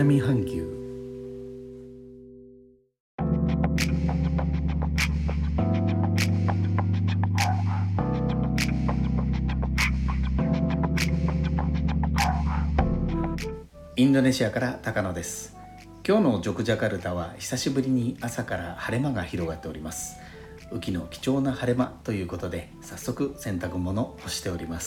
南半球。インドネシアから高野です。今日のジョクジャカルタは久しぶりに朝から晴れ間が広がっております。雨季の貴重な晴れ間ということで、早速洗濯物を干しております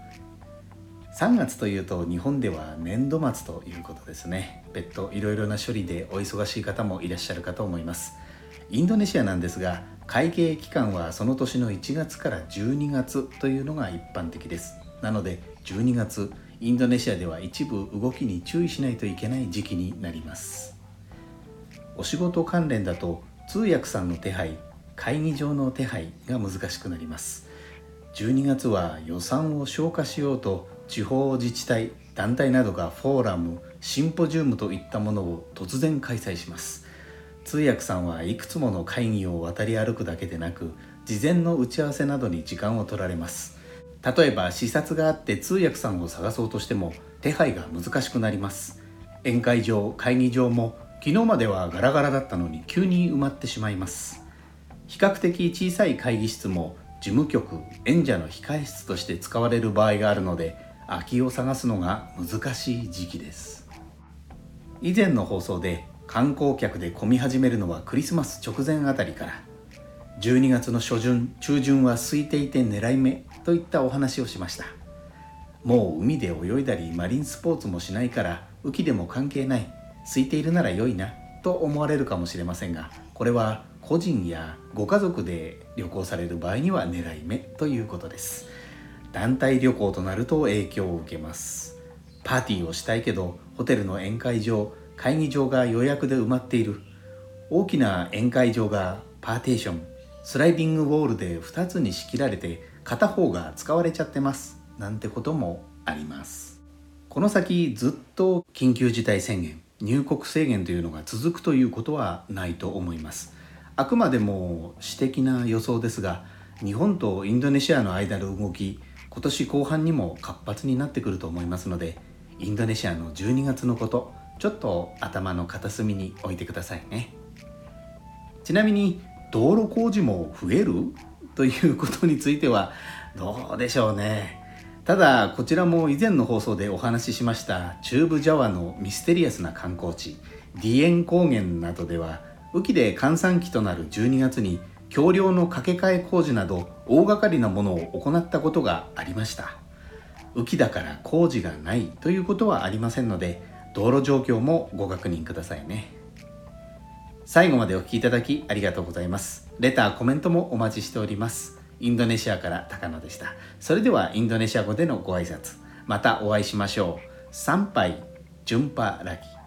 。3月というと日本では年度末ということですね。別途いろいろな処理でお忙しい方もいらっしゃるかと思います。インドネシアなんですが、会計期間はその年の1月から12月というのが一般的です。なので12月、インドネシアでは一部動きに注意しないといけない時期になります。お仕事関連だと通訳さんの手配、会議場の手配が難しくなります。12月は予算を消化しようと地方自治体、団体などがフォーラム、シンポジウムといったものを突然開催します。通訳さんはいくつもの会議を渡り歩くだけでなく、事前の打ち合わせなどに時間を取られます。例えば視察があって通訳さんを探そうとしても手配が難しくなります。宴会場、会議場も昨日まではガラガラだったのに急に埋まってしまいます。比較的小さい会議室も事務局、演者の控え室として使われる場合があるので、空きを探すのが難しい時期です。以前の放送で観光客で混み始めるのはクリスマス直前あたりから、12月の初旬、中旬は空いていて狙い目といったお話をしました。もう海で泳いだりマリンスポーツもしないから雨季でも関係ない、空いているなら良いなと思われるかもしれませんが、これは個人やご家族で旅行される場合には狙い目ということです。団体旅行となると影響を受けます。パーティーをしたいけどホテルの宴会場、会議場が予約で埋まっている、大きな宴会場がパーテーション、スライディングウォールで2つに仕切られて片方が使われちゃってますなんてこともあります。この先ずっと緊急事態宣言、入国制限というのが続くということはないと思います。あくまでも私的な予想ですが、日本とインドネシアの間の動き、今年後半にも活発になってくると思いますので、インドネシアの12月のこと、ちょっと頭の片隅に置いてくださいね。ちなみに道路工事も増えるということについてはどうでしょうね。ただこちらも以前の放送でお話ししました中部ジャワのミステリアスな観光地ディエン高原などでは、雨季で閑散期となる12月に橋梁の架け替え工事など大掛かりなものを行ったことがありました。雨季だから工事がないということはありませんので、道路状況もご確認くださいね。最後までお聞きいただきありがとうございます。レター、コメントもお待ちしております。インドネシアから高野でした。それではインドネシア語でのご挨拶、またお会いしましょう。参拝、ジュンパラギ。